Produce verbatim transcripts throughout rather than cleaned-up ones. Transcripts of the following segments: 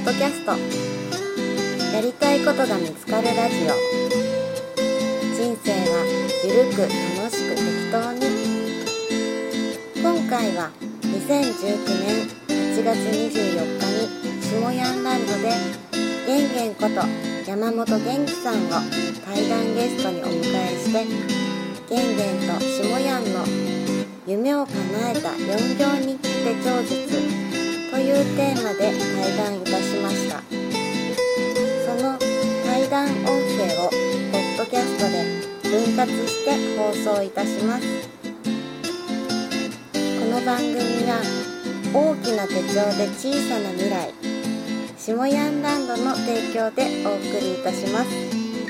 ドキャスト、やりたいことが見つかるラジオ。人生はゆるく楽しく適当に。今回はにせんじゅうきゅうねんはちがつにじゅうよっかに下ヤンランドでゲンゲンこと山本元気さんを対談ゲストにお迎えして、ゲンゲンと下ヤンの夢を叶えたよんぎょう日記手帳術というテーマで対談いたしました。その対談音声をポッドキャストで分割して放送いたします。この番組は大きな手帳で小さな未来、下ヤンランドの提供でお送りいたします。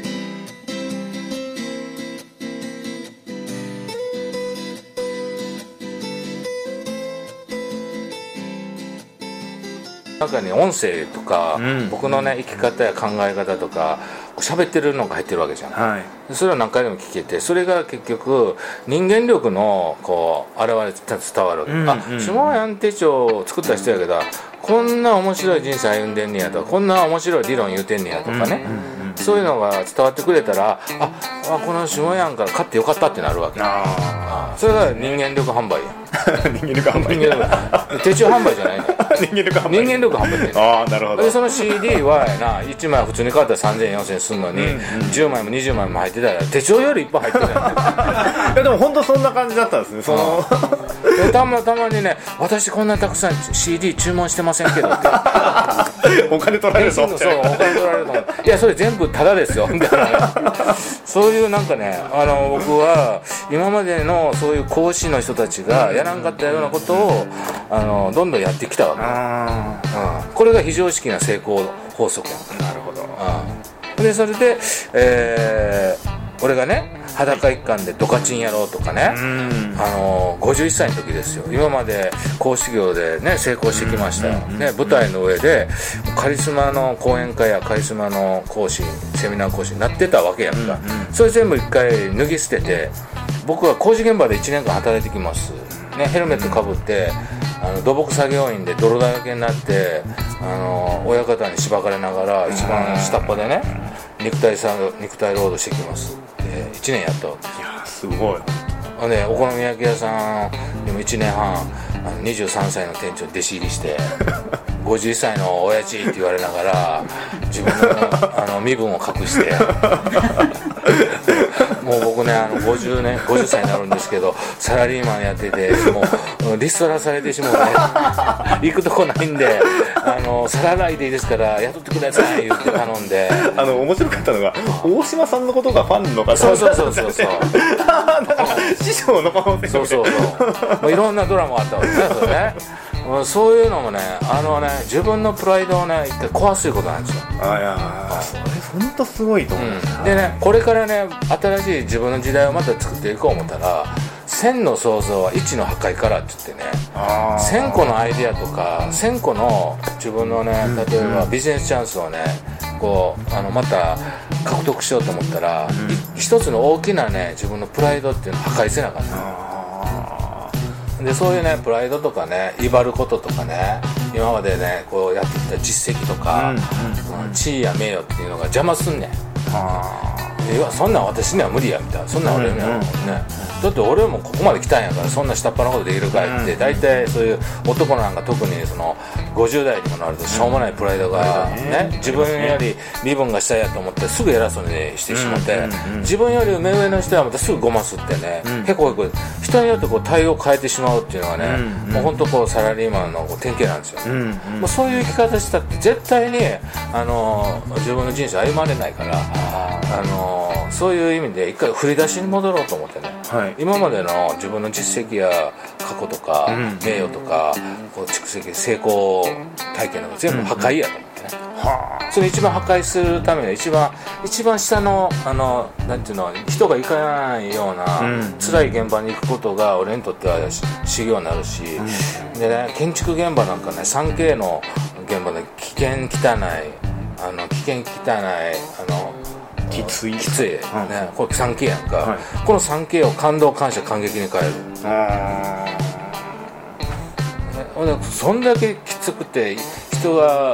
中に音声とか、うん、僕のね生き方や考え方とか喋ってるのが入ってるわけじゃん、はい、それを何回でも聞けて、それが結局人間力のこう現れて伝わるわけ、うんうん、あ、下ヤン手帳を作った人やけど、こんな面白い人生歩んでんねやとか、こんな面白い理論言うてんねやとかね、うんうんうん、そういうのが伝わってくれたら、ああ、この下ヤンから買ってよかったってなるわけ。ああ、それが人間力販売やん。 人間力販売人間力手帳販売じゃないね人間力販売人間力販売ね。 ああ、なるほど。 でその シーディー はやな、いちまい普通に買ったらさんぜんえんよんせんえんするのに、うんうん、じゅうまいもにじゅうまいも入ってたら手帳よりいっぱい入ってたよねいやでも本当そんな感じだったんですね。そのでたまたまにね、私こんなにたくさん シーディー 注文してませんけどってお金取られるぞ。 そう、お金取られると思う。いやそれ全部タダですよみたいなそういうなんかね、あの僕は今までのそういう講師の人たちがやらんかったようなことをあのどんどんやってきたわけ。あ、うん、これが非常識な成功法則やんか。 なるほど。 うん、でそれで、えー、俺がね裸一貫でドカチンやろうとかね、うん、あのごじゅういっさいの時ですよ。今まで講師業でね成功してきましたよ、うん、ね、舞台の上でカリスマの講演会やカリスマの講師、セミナー講師になってたわけやんか、うんうん、それ全部一回脱ぎ捨てて、僕は工事現場でいちねんかん働いてきます、ね、ヘルメットかぶってあの土木作業員で泥だらけになって、あの親方にしばかれながら一番下っ端でね肉体さ肉体労働してきます。でいちねんやったわけ。 いやすごい。 ね、お好み焼き屋さんにもいちねんはんあのにじゅうさんさいの店長に弟子入りしてごじゅっさいの親父って言われながら自分 の, あの身分を隠してもう僕ねあのごじゅうねんごじゅっさいになるんですけどサラリーマンやっててもうリストラされてしまうね行くとこないんであのサラライでいいですから雇ってください言って頼んであの面白かったのが大島さんのことがファンの方そうそうそうそうそう師匠の可能性そうそうそうもういろんなドラマがあったわけねそれねそういうのもね、あのね自分のプライドをね一回壊すいうことなんですよ。 あいやそれ本当すごいと思う、 うん、でねこれからね新しい自分の時代をまた作っていこう思ったら千の創造はいちの破壊からって言ってね、千個のアイデアとか千個の自分のね例えばビジネスチャンスをねこうあのまた獲得しようと思ったら、うん、一つの大きなね自分のプライドっていうのを破壊せなかった。でそういうねプライドとかね威張ることとかね今までねこうやってきた実績とか、うんうん、地位や名誉っていうのが邪魔すんねん。いやそんなん私には無理やみたいな、そんなん俺にはもうね、うん、だって俺もここまで来たんやからそんな下っ端なことできるかいって大体そういう男なんか特にそのごじゅう代にもなるとしょうもないプライドがね自分より身分が下やと思ってすぐ偉そうにしてしまって自分より目上の人はまたすぐごますってねへこへこ人によってこう対応を変えてしまうっていうのはねもう本当こうサラリーマンの典型なんですよ。もうそういう生き方したって絶対にあの自分の人生歩まれないからあのそういう意味で一回振り出しに戻ろうと思ってね、はい、今までの自分の実績や過去とか、うん、名誉とかこう蓄積成功体験なんか全部破壊やと思ってね、うんうん、それ一番破壊するためには一番一番下のあのなんていうの人が行かないような、うん、辛い現場に行くことが俺にとっては修行になるし、うん、でね建築現場なんかね スリーケー の現場で危険汚いあの危険汚いあのきついきつい、ね、これ スリーケー やんか、はい、この スリーケー を感動感謝感激に変える。あそんだけきつくて人が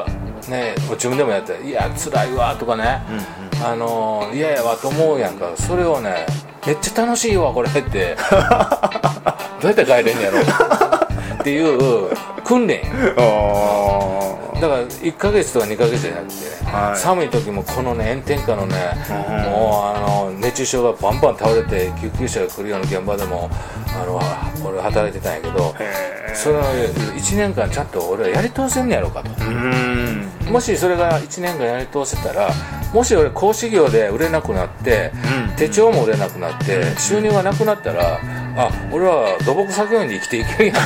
ね、自分でもやったらいや辛いわとかね、うんうん、あの嫌やわと思うやんか。それをねめっちゃ楽しいわこれってどうやって帰れんやろっていう訓練だからいっかげつとかにかげつじゃなくて、ねはい、寒い時もこのね炎天下のね、うん、もうあの熱中症がバンバン倒れて救急車が来るような現場でもあの俺働いてたんやけど、それをいちねんかんちゃんと俺はやり通せんねやろうかと。うんもしそれがいちねんかんやり通せたら、もし俺講師業で売れなくなって、うん、手帳も売れなくなって収入がなくなったら、あ俺は土木作業員で生きていけるやん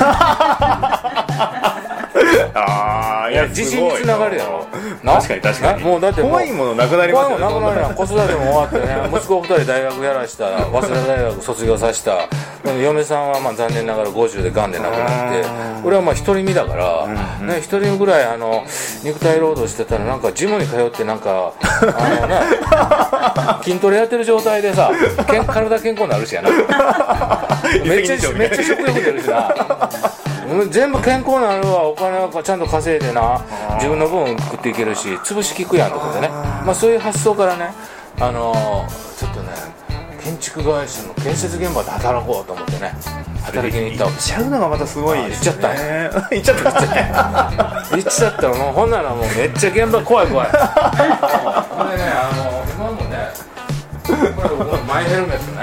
あいや自信につながるやろ。 確かに確かに。 もうだってもう怖いものなくなりますよね。 怖いものなくなるやん。子育ても終わってね息子ふたり大学やらした早稲田大学卒業させた嫁さんはまあ残念ながらごじゅうでがんで亡くなって、俺はまあ一人身だから、うんうんね、一人ぐらいあの肉体労働してたらなんかジムに通ってなんかあの、ね、筋トレやってる状態でさけん体健康になるしやなめっちゃめっちゃ食欲出るしな全部健康になるわ。お金はちゃんと稼いでな自分の分食っていけるし潰し効くやんってことでね、まあ、そういう発想からね、あのー、ちょっとね建築会社の建設現場で働こうと思ってね働きに行ったわけ。 行っちゃうのがまたすごいですね。 行っちゃったね行っちゃった行っちゃったもうほんならもうめっちゃ現場怖い怖いこれねあの今もねこれ僕のマイヘルメットね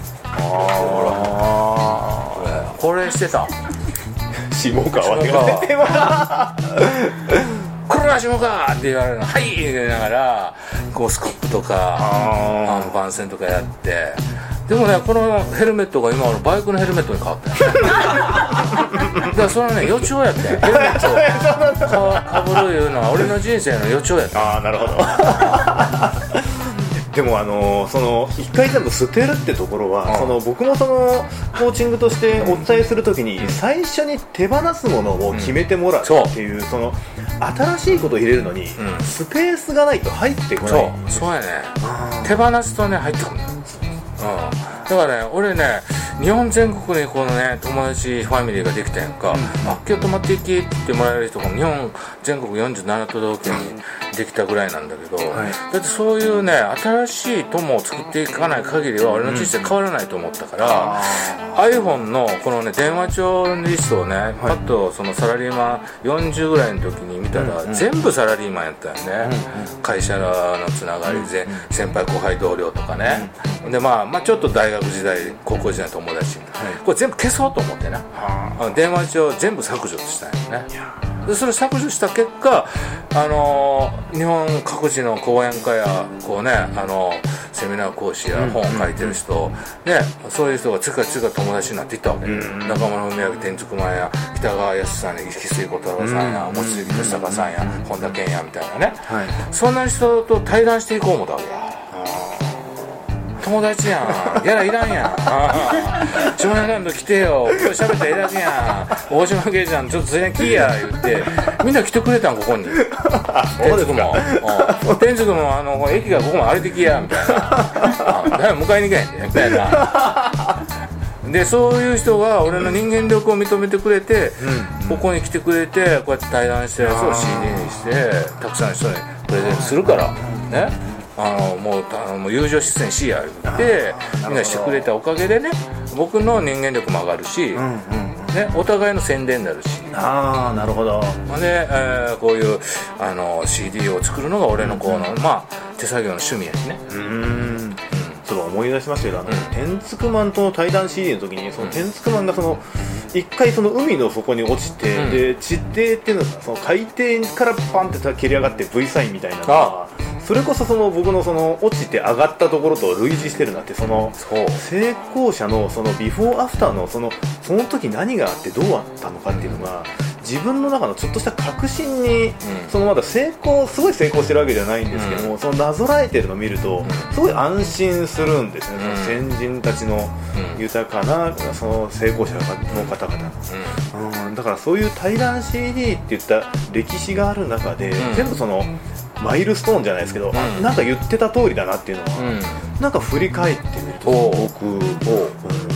あこれしてた下川って言われてまこれは下川って言われるのはいって言いながらこうスコップとかあの番線とかやって、でもねこのヘルメットが今のバイクのヘルメットに変わったよだからそれはね予兆やってヘルメットをかぶるいうのは俺の人生の予兆やった。 ああなるほどでもあのー、その一回全部捨てるってところは、うん、その僕もそのコーチングとしてお伝えするときに、うん、最初に手放すものを決めてもらうっていう、うん、その新しいことを入れるのに、うん、スペースがないと入ってこない。 そうそうやね手放すとね入ってくる、うん、だからね俺ね日本全国にこのね友達ファミリーができたやんか、うん、あ今日泊まっていきって言ってもらえる人が日本全国よんじゅうなな都道府県にできたぐらいなんだけど、はい、だってそういうね新しい友を作っていかない限りは俺の人生変わらないと思ったから、うん、iPhone のこのね電話帳リストをね、はい、パッとそのサラリーマンよんじゅうぐらいの時に見たら、うん、全部サラリーマンやったよね、うん、会社のつながりで、うん、先輩後輩同僚とかね、うん、で、まあ、まあちょっと大学時代高校時代の友達、はい、これ全部消そうと思ってね、あの電話帳全部削除したんよね。でそれ削除した結果、あのー、日本各地の講演会やこう、ね、あのー、セミナー講師や本を書いてる人、うんうんうんね、そういう人がつかつか友達になっていったわけ、うんうん、中村文明天竺マンや北川康さんや翡翠小太郎さんや、うんうん、望月俊孝さんや、うんうん、本田健やみたいなね、はい、そんな人と対談していこう思ったわけや。友達やんギャラいらんやん下村ランド来てよ今日喋ったらええだけやん大島圭ちゃんちょっと全然来いや言ってみんな来てくれたんここに天竺も天竺もあの駅がここまで歩いてきやみたいな誰も迎えに行けへんでみたいなでそういう人が俺の人間力を認めてくれて、うん、ここに来てくれてこうやって対談したやつを シーディー にしてたくさんの人にプレゼントするからね、あのもうあのもう友情出演しや言ってみんなしてくれたおかげでね僕の人間力も上がるし、うんうんね、お互いの宣伝になるし。 ああなるほど。 で、えー、こういうあの シーディー を作るのが俺のこの、うん、まあ手作業の趣味やしね。うーんそう思い出しましたけど、あの、うん、天竺マンとの対談 シーディー の時にその天竺マンがその一回その海の底に落ちて、うん、で地底っていうのがその海底からパンって蹴り上がって ブイ サインみたいなのがそれこそその僕のその落ちて上がったところと類似してるなって、その成功者のそのビフォーアフターのそのその時何があってどうあったのかっていうのが自分の中のちょっとした確信に、うん、そのまだ成功すごい成功してるわけじゃないんですけども、うん、そのなぞらえてるのを見るとすごい安心するんですよね、うん、その先人たちの豊かなその成功者の方々、うんうん、だからそういう対談 シーディー っていった歴史がある中で、うん、全部そのマイルストーンじゃないですけど、うん、なんか言ってた通りだなっていうのは、うん、なんか振り返ってみると僕、うん、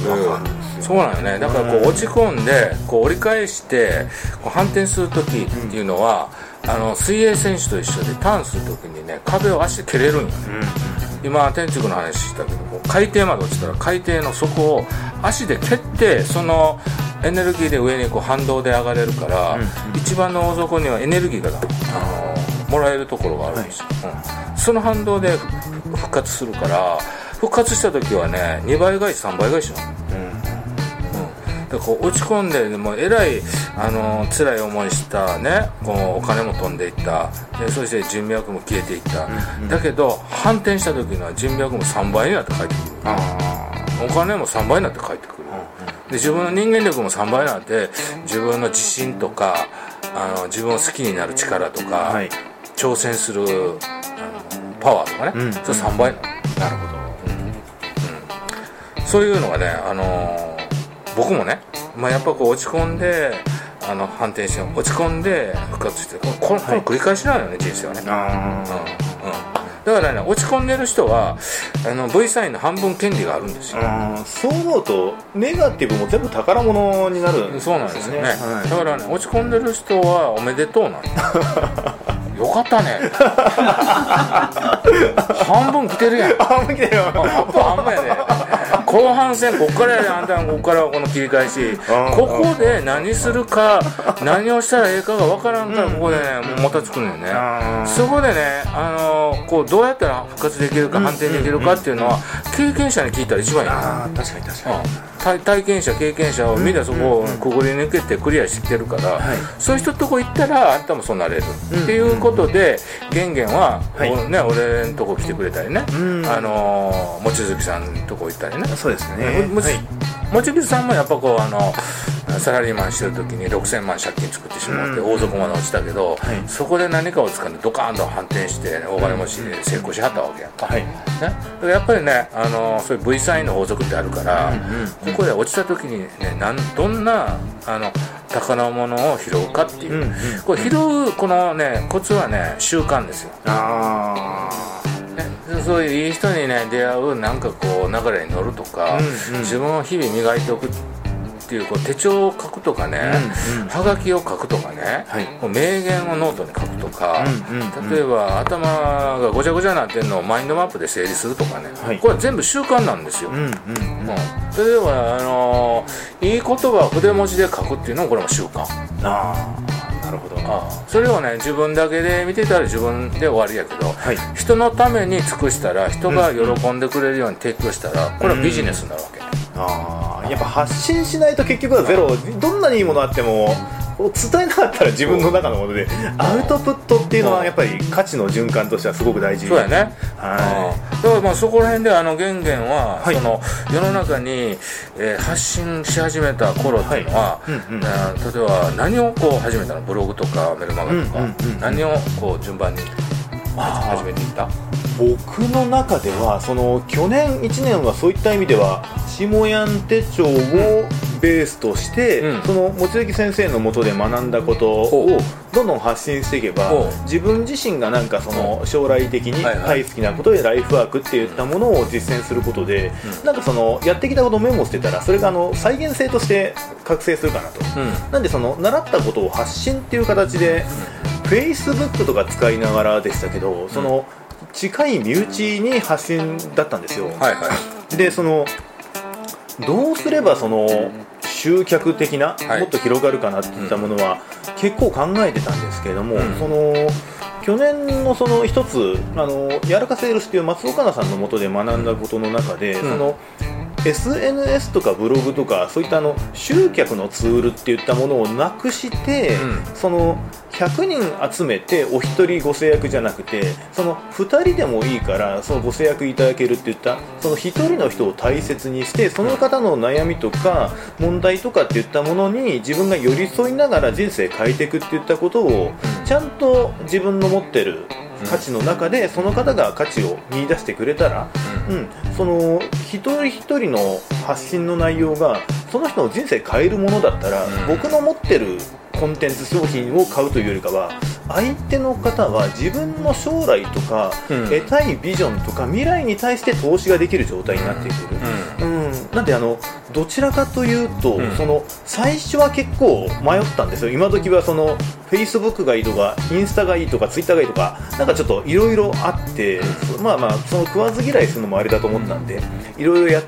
かるんですよ。 そうなんよね。だからこう落ち込んでこう折り返してこう反転する時っていうのは、うん、あの水泳選手と一緒でターンする時にね壁を足で蹴れるんよね、うん、今天竺の話したけどこう海底まで落ちたら海底の底を足で蹴ってそのエネルギーで上にこう反動で上がれるから、うんうん、一番の大底にはエネルギーがあのもらえるところがあるんですよ、はいうん、その反動で復活するから復活した時はねにばい返しさんばい返しなの、うんうん、だからこう落ち込んでもうえらいあの辛い思いしたねこうお金も飛んでいったでそして人脈も消えていった、うんうん、だけど反転した時には人脈もさんばいになって帰ってくるあお金もさんばいになって帰ってくる、うんうん、で自分の人間力もさんばいになって自分の自信とかあの自分を好きになる力とか、はい、挑戦するあのパワーとかね、うんうん、それさんばいになる。 なるほどそういうのがね、あのー、僕もね、まあ、やっぱこう落ち込んであの反転して落ち込んで復活してこの、この繰り返しなのよね、はい、人生はね、あ、うんうん、だからね落ち込んでる人はあの ブイ サインの半分権利があるんですよ。 あそう思うとネガティブも全部宝物になるんですね。 そうなんですよね、はい、だからね落ち込んでる人はおめでとうなんよよかったね半分来てるやん半分来てるよ半分やで後半戦こっからやであんたこっからはこの切り返しここで何するか何をしたらええかが分からんからここでねもうもたつくのよね。そこでねあのこうどうやったら復活できるか反転できるかっていうのは経験者に聞いたら一番いいな。 あ確かに確かに体, 体験者経験者をみんなそこをくぐり抜けてクリアしてきてるから、はい、そういう人とこ行ったらあんたもそうなれる、うん、っていうことで玄玄は、はいね、俺のとこ来てくれたりね、うん、あの望月さんのとこ行ったりね。 そうですね、 も、はい、望月さんもやっぱこうあのサラリーマンしてる時にろくせんまん借金作ってしまって、うん、大底まで落ちたけど、はい、そこで何かを掴んでドカーンと反転して、ね、大金持ちで成功しはったわけやんか、はいね、だからやっぱりねあのそういう ブイ サインの法則ってあるから、うんうんうん、ここで落ちた時に、ね、なんどんなあの宝物を拾うかっていう、うんうん、これ拾うこのねコツはね習慣ですよ。あね、そういういい人にね出会うなんかこう流れに乗るとか、うんうん、自分を日々磨いておくっていう、こう手帳を書くとかね、うんうん、はがきを書くとかね、はい、こう名言をノートに書くとか、うんうんうん、例えば頭がごちゃごちゃになってるのをマインドマップで整理するとかね、はい、これは全部習慣なんですよ、うんうんうんうん、例えば、あのー、いい言葉を筆文字で書くっていうのもこれも習慣。あなるほど。 あそれをね自分だけで見てたら自分で終わりやけど、はい、人のために尽くしたら人が喜んでくれるように提供したら、うん、これはビジネスになるわけ、ね、 ああやっぱ発信しないと結局はゼロ。どんなにいいものあっても伝えなかったら自分の中のものでアウトプットっていうのはやっぱり価値の循環としてはすごく大事。 そうやね、はい、だからまあそこら辺であの玄玄は、はい、その世の中に、えー、発信し始めた頃っていうのは、はいうんうん、例えば何をこう始めたの、ブログとかメルマガとか、うんうんうん、何をこう順番に始めていった？ 僕の中ではその去年いちねんはそういった意味では下やん手帳をベースとして、うん、その望月先生の下で学んだことをどんどん発信していけば自分自身がなんかその将来的に大好きなことでライフワークっていったものを実践することで、うん、なんかそのやってきたことをメモしてたらそれがあの再現性として覚醒するかなと、うん、なんでその習ったことを発信っていう形で、うん、Facebook とか使いながらでしたけどその、うん近い身内に発信だったんですよ、はいはい、でそのどうすればその集客的な、はい、もっと広がるかなっていったものは、うん、結構考えてたんですけれども、うん、その去年のその一つあのやらかセールスっていう松岡奈さんの下で学んだことの中で、うん、そのエスエヌエス とかブログとかそういったあの集客のツールっていったものをなくして、うん、そのひゃくにん集めてお一人ご制約じゃなくてそのふたりでもいいからそのご制約いただけるっていったそのひとりの人を大切にしてその方の悩みとか問題とかっていったものに自分が寄り添いながら人生変えていくっていったことをちゃんと自分の持ってる価値の中でその方が価値を見出してくれたら、うん、その一人一人の発信の内容がその人の人生変えるものだったら、うん、僕の持ってるコンテンツ商品を買うというよりかは相手の方は自分の将来とか、うん、得たいビジョンとか未来に対して投資ができる状態になってくる、うんうん、なんであのどちらかというと、 うん、 その最初は結構迷ったんですよ。今時はその Facebook がいいとかインスタがいいとか Twitter がいいとかなんかちょっといろいろあって、うん、まあまあその食わず嫌いするのもあれだと思ったんでいろいろやって、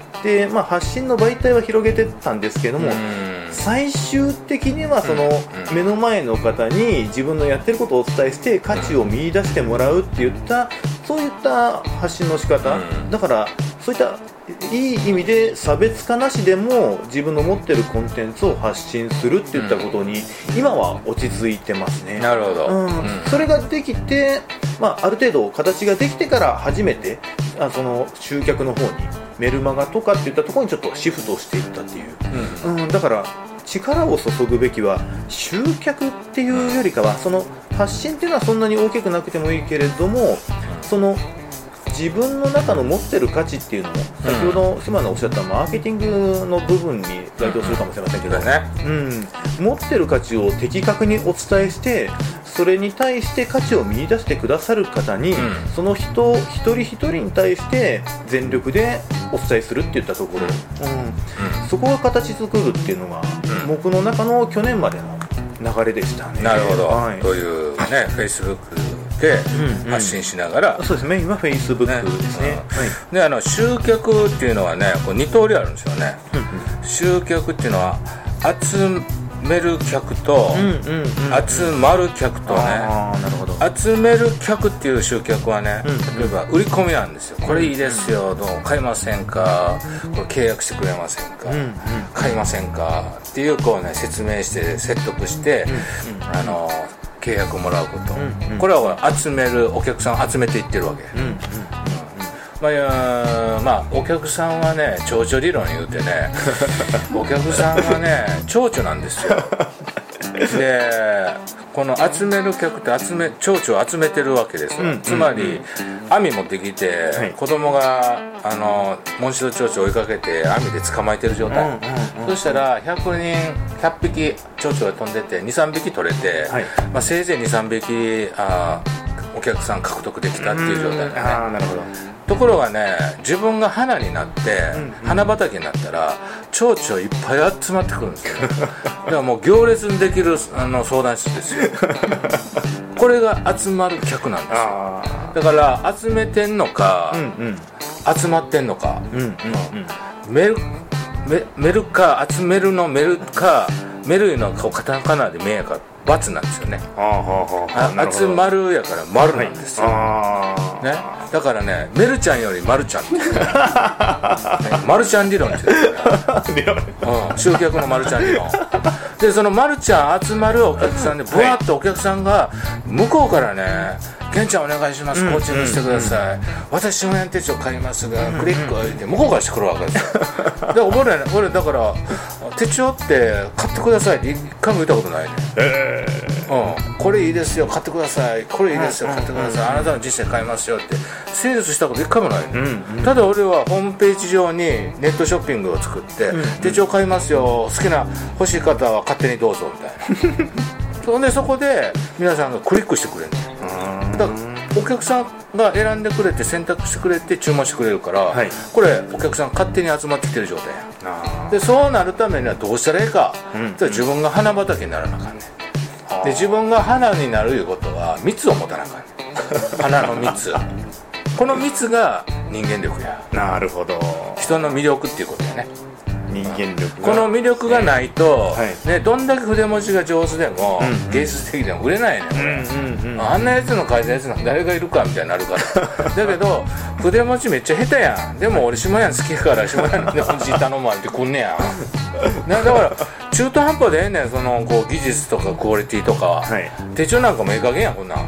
まあ、発信の媒体は広げてたんですけども、うん、最終的にはその目の前の方に自分のやってることをお伝えして価値を見出してもらうっていったそういった発信の仕方、うん、だからそういったいい意味で差別化なしでも自分の持ってるコンテンツを発信するっていったことに今は落ち着いてますね。 なるほど、 うんうん、それができて、まあ、ある程度形ができてから初めてあその集客の方にメルマガとかっていったところにちょっとシフトしていったっていう、うんうん、だから力を注ぐべきは集客っていうよりかはその発信っていうのはそんなに大きくなくてもいいけれどもその自分の中の持ってる価値っていうのも先ほど島野おっしゃったマーケティングの部分に該当するかもしれませんけど、うんうん、持ってる価値を的確にお伝えしてそれに対して価値を見出してくださる方に、うん、その人一人一人に対して全力でお伝えするっていったところ、うんうん、そこが形作るっていうのが、うん、僕の中の去年までの流れでしたね。 なるほど、はい、というね Facebookで発信しながら、 うんうん、そうですね今 Facebook ですね、 ね、はい、であの集客っていうのはねこうに通りあるんですよね、うんうん、集客っていうのは集める客と、うんうんうんうん、集まる客とねあなるほど集める客っていう集客はね、うんうん、例えば売り込みなんですよ。これいいですよ、どう買いませんか、これ契約してくれませんか、うんうん、買いませんかっていうこうね説明して説得して、うんうん、あの契約をもらうこと、うんうん、これは集めるお客さんを集めていってるわけ、うんうんうん、まあ、まあお客さんはね蝶々理論言うてねお客さんはね蝶々なんですよ。でこの集める客って集め蝶々を集めてるわけですよ、うん、つまり、うん、網持ってきて、はい、子供があのモンシロチョウチョ追いかけて網で捕まえてる状態、うんうんうん、そしたらひゃくにんひゃっぴき蝶々が飛んでて にさんびき取れて、はいまあ、せいぜい にさんびきあお客さん獲得できたっていう状態だね。 あなるほど。 ところがね自分が花になって、うんうん、花畑になったら蝶々いっぱい集まってくるんですよだからもう行列にできるあの相談室ですよこれが集まる客なんですよ。だから集めてんのか、うんうん、集まってんのか、うんうんうん、メルメメルか集めるのメルかメルいうのはカタカナでメやからバツなんですよね。あ集まるやから丸なんですよ、はいね、だからねメルちゃんよりマルちゃんっていう、ね、マルちゃん理論っていうから、うん、集客のマルちゃん理論でそのマルちゃん集まるお客さんでブワーッとお客さんが向こうからねケンちゃんお願いします、コーチングしてください、うんうんうん、私下屋手帳買いますが、うんうん、クリックを入れて向こうからしてくるわけですよだから俺ね俺だから手帳って買ってくださいって一回も言ったことないね、えーうん、これいいですよ買ってください、これいいですよ買ってください、あなたの人生買いますよってセールスしたこと一回もないね、うんうん、ただ俺はホームページ上にネットショッピングを作って、うんうん、手帳買いますよ、好きな欲しい方は勝手にどうぞみたいなそんでそこで皆さんがクリックしてくれるのだからお客さんが選んでくれて選択してくれて注文してくれるから、はい、これお客さん勝手に集まってきてる状態や。でそうなるためにはどうしたらいいか、うん、自分が花畑にならなあかんねん。で自分が花になるいうことは蜜を持たなあかんねん花の蜜この蜜が人間力や。 なるほど。 人の魅力っていうことやね。 人間力この魅力がないと、ねはいね、どんだけ筆文字が上手でも、うんうん、芸術的でも売れないね、うんうんうん、あんなやつの書いたやつなんか誰がいるかみたいになるからだけど筆文字めっちゃ下手やん、でも俺下屋好きやから下屋の筆文字頼むわってくんねやんだから中途半端でええねん、そのこう技術とかクオリティとか、はい、手帳なんかもええ加減やんこんなん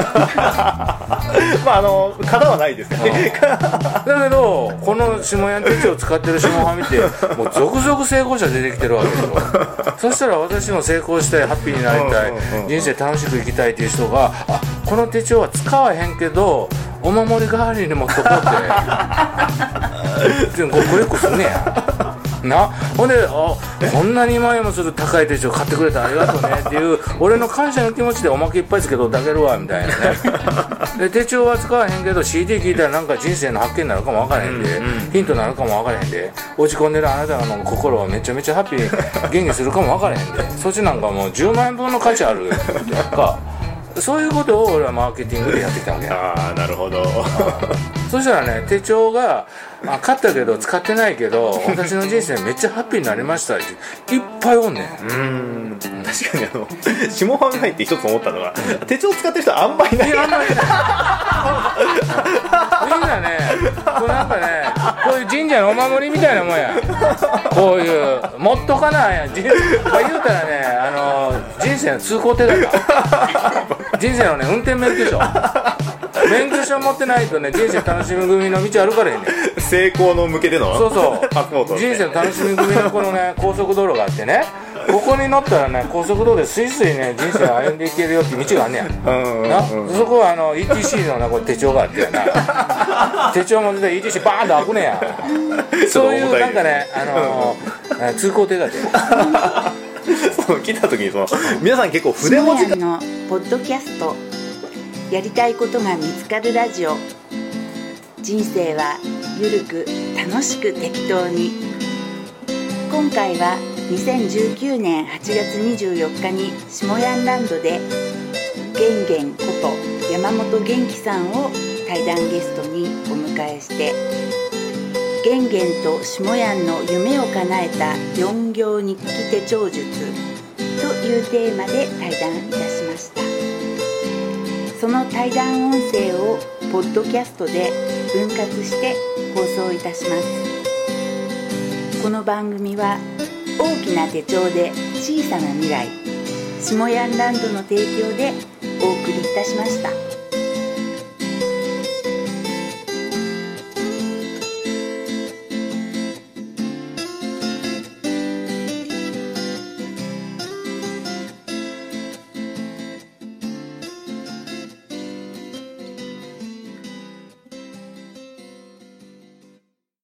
まああの型はないですねだけどこの下屋手帳を使ってる下屋見てもう続々成功者出てきてるわけですよそしたら私も成功したい、ハッピーになりたい、人生楽しく生きたいっていう人が、あこの手帳は使わへんけどお守り代わりに持っとこうってこれクリックすんねやな。ほんであこんなに万円もする高い手帳買ってくれてありがとうねっていう俺の感謝の気持ちでおまけいっぱいつけとってあげるわみたいなねで手帳は使わへんけど シーディー 聞いたらなんか人生の発見になるかも分からへんで、うんうん、ヒントになるかも分からへんで、落ち込んでるあなたの心をめちゃめちゃハッピー元気するかも分からへんでそっちなんかもうじゅうまんえんぶんの価値あるかそういうことを俺はマーケティングでやってきたわけや。 ああなるほどそしたらね手帳があ買ったけど使ってないけど私の人生めっちゃハッピーになりましたっていっぱいおんねん。 うーん確かにあの下半が入って一つ思ったのは手帳使ってる人あんまりいない。 いやあんまりいないみんなねこうなんかねこういう神社のお守りみたいなもんや。こういう持っとかなや言うたらねあの人生の通行手形人生のね運転免許証免許証持ってないとね人生楽しみ組の道歩かれへんねん。 成功の向けてのそうそう人生の楽しみ組のこのね高速道路があってねここに乗ったらね高速道路でスイスイね人生を歩んでいけるよっていう道があんねやんな。そこはあの イーティーシー のなこれ手帳があってやな手帳持ってて イーティーシー バーンと開くねやそういうなんかねあのー、通行手形そう来た時にその皆さん結構筆文字がのポッドキャストやりたいことが見つかるラジオ。人生はゆるく楽しく適当に。今回はにせんじゅうきゅうねんはちがつにじゅうよっかに下ヤンランドでゲンゲンこと山本元気さんを対談ゲストにお迎えしてゲンゲンと下ヤンの夢を叶えたよん行日記手帳術というテーマで対談いたしました。その対談音声をポッドキャストで分割して放送いたします。この番組は大きな手帳で小さな未来下ヤンランドの提供でお送りいたしました。